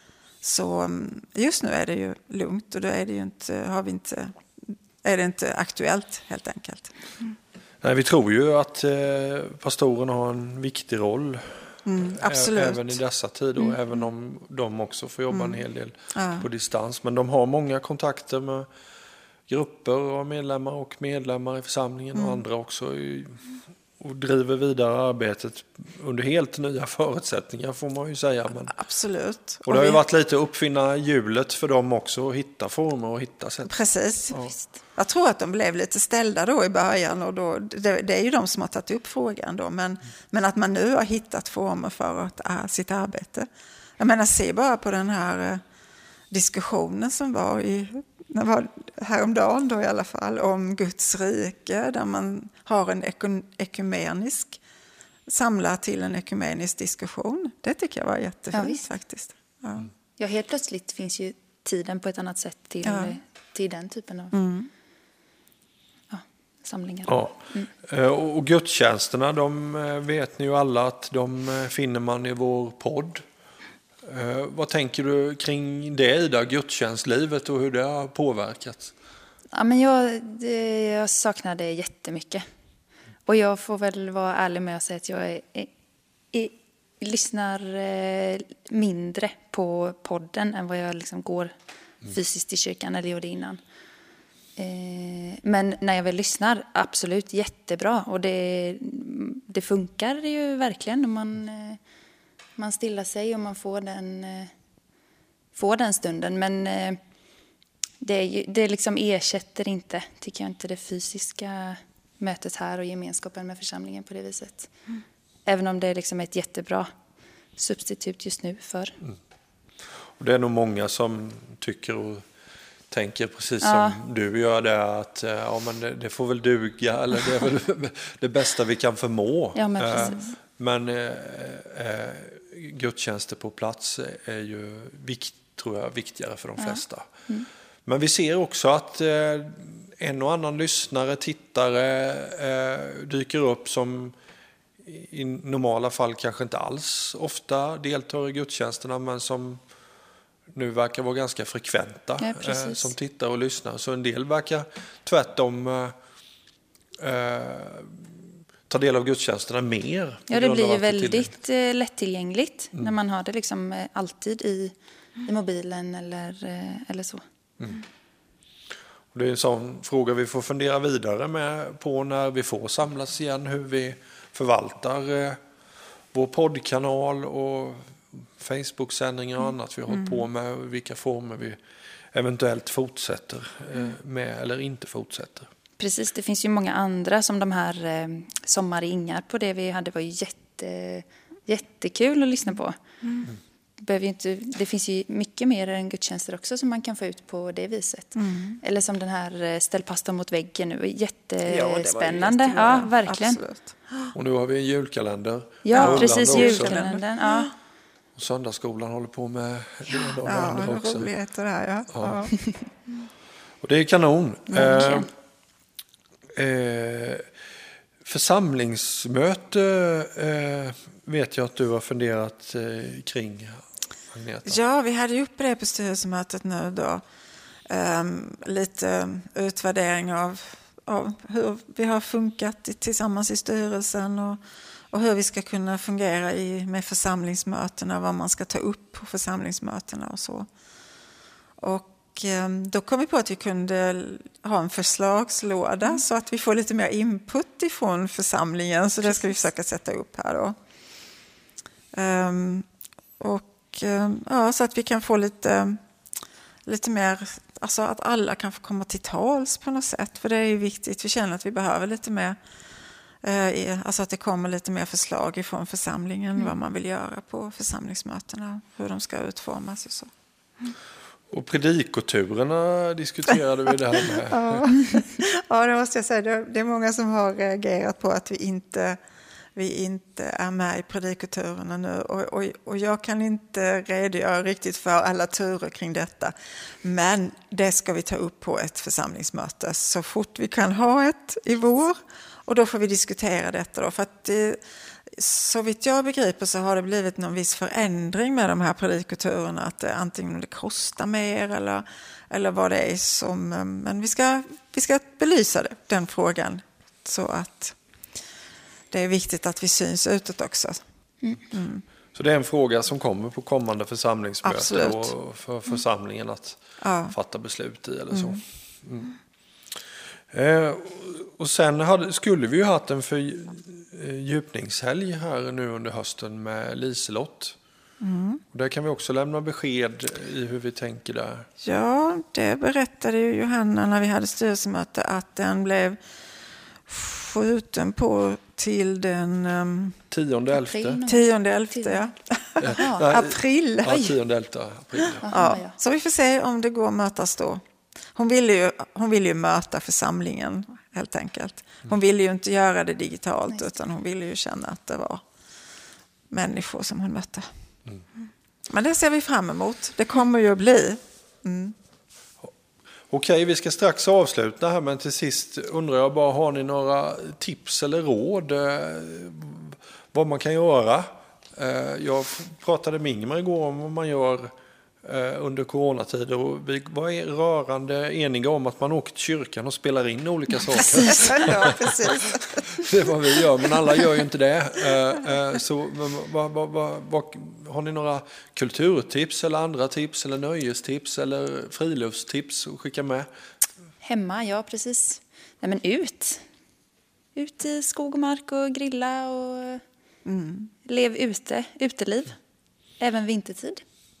Speaker 7: Så just nu är det ju lugnt och då är det ju inte, har vi inte, är det inte aktuellt helt enkelt. Mm.
Speaker 6: Nej, vi tror ju att eh, pastorerna har en viktig roll
Speaker 7: mm, absolut.
Speaker 6: även i dessa tider, mm. även om de också får jobba mm. en hel del
Speaker 7: ja.
Speaker 6: på distans. Men de har många kontakter med grupper av medlemmar och medlemmar i församlingen mm. och andra också och driver vidare arbetet under helt nya förutsättningar får man ju säga. Men...
Speaker 7: Absolut.
Speaker 6: Och det har ju vi... varit lite uppfinna hjulet för dem också att hitta former och hitta sätt.
Speaker 7: Precis. Ja. Jag tror att de blev lite ställda då i början och då, det, det är ju de som har tagit upp frågan då. Men, mm. men att man nu har hittat former för att, äh, sitt arbete. Jag menar, se bara på den här äh, diskussionen som var i... Det var häromdagen då i alla fall om Guds rike där man har en ekumenisk samlar till en ekumenisk diskussion. Det tycker jag var jättefint ja, faktiskt. Ja.
Speaker 8: ja, helt plötsligt finns ju tiden på ett annat sätt till, ja. till den typen av
Speaker 7: mm.
Speaker 8: ja, samlingar.
Speaker 6: Ja. Mm. Och gudstjänsterna, de vet ni ju alla att de finner man i vår podd. Uh, vad tänker du kring det, Ida, gudstjänstlivet och hur det har påverkats?
Speaker 8: Ja, men jag, det, jag saknar det jättemycket. Och jag får väl vara ärlig med att säga att jag är, är, är, lyssnar eh, mindre på podden än vad jag liksom går mm. fysiskt i kyrkan eller gjorde innan. Eh, men när jag väl lyssnar, absolut jättebra. Och det, det funkar ju verkligen när man... Eh, Man stillar sig och man får den, får den stunden. Men det, är ju, det liksom ersätter inte, tycker jag inte, det fysiska mötet här och gemenskapen med församlingen på det viset. Mm. Även om det är liksom ett jättebra substitut just nu för. Mm.
Speaker 6: Och det är nog många som tycker och tänker precis
Speaker 8: Ja.
Speaker 6: som du gör det, att ja, men det, det får väl duga, eller det är väl det bästa vi kan förmå.
Speaker 8: Ja, men
Speaker 6: Eh,
Speaker 8: precis.
Speaker 6: Men eh, eh, gudstjänster på plats är ju vikt, tror jag, viktigare för de flesta.
Speaker 8: Mm.
Speaker 6: Men vi ser också att eh, en och annan lyssnare, tittare eh, dyker upp som i normala fall kanske inte alls ofta deltar i gudstjänsterna, men som nu verkar vara ganska frekventa
Speaker 8: Ja,
Speaker 6: eh,
Speaker 8: precis.
Speaker 6: som tittar och lyssnar. Så en del verkar tvärtom eh, eh, ta del av gudstjänsterna mer. på
Speaker 8: Ja, det
Speaker 6: grund
Speaker 8: blir
Speaker 6: av
Speaker 8: ju
Speaker 6: att det är tillgängligt.
Speaker 8: väldigt eh, lättillgängligt när man har det liksom eh, alltid i, i mobilen eller, eh, eller så.
Speaker 6: Och det är en sån fråga vi får fundera vidare med på när vi får samlas igen, hur vi förvaltar eh, vår poddkanal och Facebook-sändningar och annat vi har hållit på med, och vilka former vi eventuellt fortsätter eh, med eller inte fortsätter.
Speaker 8: Precis, det finns ju många andra som de här eh, Sommar i Ingarp, och det vi hade var ju jätte, jättekul att lyssna på. Mm. Behöver ju inte, det finns ju mycket mer än gudstjänster också som man kan få ut på det viset. Mm. Eller som den här eh, Ställ pastorn mot väggen nu, jättespännande. Ja, ja, verkligen.
Speaker 7: Absolut.
Speaker 6: Och nu har vi en julkalender.
Speaker 8: Ja,
Speaker 6: rullande
Speaker 8: precis,
Speaker 6: också.
Speaker 8: julkalendern. Ja.
Speaker 6: Och söndagsskolan håller på med det ena och det
Speaker 7: Ja,
Speaker 6: andra
Speaker 7: det
Speaker 6: också.
Speaker 7: roligheter där, ja.
Speaker 6: Ja.
Speaker 7: ja.
Speaker 6: Och det är kanon. Eh,
Speaker 8: Verkligen.
Speaker 6: eh, församlingsmöte eh, vet jag att du har funderat eh, kring, Agneta.
Speaker 7: Ja, vi hade ju uppe det på styrelsemötet nu då. Um, lite utvärdering av, av hur vi har funkat i, tillsammans i styrelsen och, och hur vi ska kunna fungera i, med församlingsmötena, vad man ska ta upp på församlingsmötena och så. Och um, då kom vi på att vi kunde ha en förslagslåda mm. så att vi får lite mer input ifrån församlingen, så det ska vi försöka sätta upp här då. Um, och ja, så att vi kan få lite, lite mer, alltså att alla kan få komma till tals på något sätt. För det är ju viktigt, vi känner att vi behöver lite mer, eh, alltså att det kommer lite mer förslag ifrån församlingen, mm. vad man vill göra på församlingsmötena, hur de ska utformas och så. Mm.
Speaker 6: Och predikoturerna diskuterade vi det här med.
Speaker 7: ja. ja, det måste jag säga. Det är många som har reagerat på att vi inte... vi inte är med i predikoturerna nu, och, och, och jag kan inte redogöra riktigt för alla turer kring detta, men det ska vi ta upp på ett församlingsmöte så fort vi kan ha ett i vår, och då får vi diskutera detta då, för att det, så vitt jag begriper så har det blivit någon viss förändring med de här predikoturerna, att det, antingen det kostar mer eller, eller vad det är som, men vi ska, vi ska belysa det, den frågan, så att det är viktigt att vi syns utåt också.
Speaker 8: Mm.
Speaker 7: Mm.
Speaker 6: Så det är en fråga som kommer på kommande församlingsmöte.
Speaker 7: Absolut.
Speaker 6: Och för församlingen att
Speaker 7: ja.
Speaker 6: fatta beslut i eller så. Mm. Eh, och sen hade, skulle vi ju haft en fördjupningshelg här nu under hösten med Liselott.
Speaker 7: Mm.
Speaker 6: Och där kan vi också lämna besked i hur vi tänker där.
Speaker 7: Ja, det berättade ju Johanna när vi hade styrelsemöte, att den blev skjuten på till den um,
Speaker 6: tionde elfte.
Speaker 7: tionde elfte, ja.
Speaker 6: Nej,
Speaker 7: April.
Speaker 6: Ja, tionde elfte april. Ja.
Speaker 7: Ja. Så vi får se om det går att mötas då. Hon ville ju, hon ville ju möta församlingen helt enkelt. Hon ville ju inte göra det digitalt, Nej. utan hon ville ju känna att det var människor som hon mötte. Mm. Men det ser vi fram emot. Det kommer ju att bli. Mm.
Speaker 6: Okej, vi ska strax avsluta här, men till sist undrar jag bara, har ni några tips eller råd eh, vad man kan göra? Eh, jag pratade med Ingmar igår om vad man gör eh, under coronatider, och vi var rörande eniga om att man åker till kyrkan och spelar in olika saker.
Speaker 7: Ja, precis.
Speaker 6: Det är vad vi gör, men alla gör ju inte det. Eh, eh, så vad, vad, vad, vad, har ni några kulturtips eller andra tips eller nöjestips eller friluftstips att skicka med?
Speaker 8: Hemma, ja precis. Nej, men ut. Ut i skog och mark och grilla och mm. lev ute, uteliv. Även vintertid.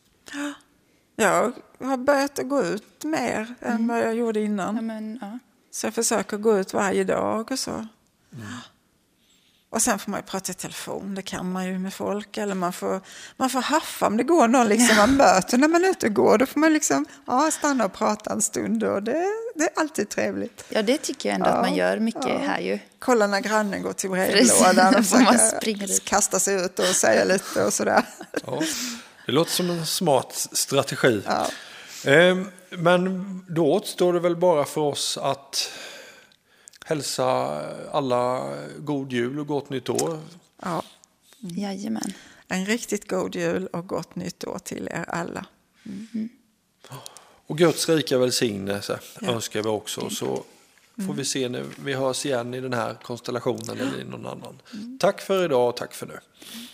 Speaker 7: Jag har börjat att gå ut mer mm. än vad jag gjorde innan.
Speaker 8: Ja, men, ja.
Speaker 7: Så jag försöker gå ut varje dag och så. Mm. Och sen får man ju prata i telefon, det kan man ju med folk. Eller man får, man får haffa om det går någon liksom man möter när man är ute och går. Då får man liksom ja, stanna och prata en stund och det, det är alltid trevligt.
Speaker 8: Ja, det tycker jag ändå ja, att man gör mycket ja. här ju.
Speaker 7: Kolla när grannen går till brevlådan och
Speaker 8: försöka
Speaker 7: kasta sig ut och säga lite och sådär.
Speaker 6: Ja, det låter som en smart strategi.
Speaker 7: Ja.
Speaker 6: Men då återstår det väl bara för oss att hälsa alla god jul och gott nytt år.
Speaker 7: Ja.
Speaker 8: Mm. Jajamän.
Speaker 7: En riktigt god jul och gott nytt år till er alla.
Speaker 8: Mm.
Speaker 6: Och Guds rika välsignelse ja. önskar vi också.
Speaker 8: Mm.
Speaker 6: Så får vi se när vi hörs igen i den här konstellationen eller i någon annan. Mm. Tack för idag och tack för nu.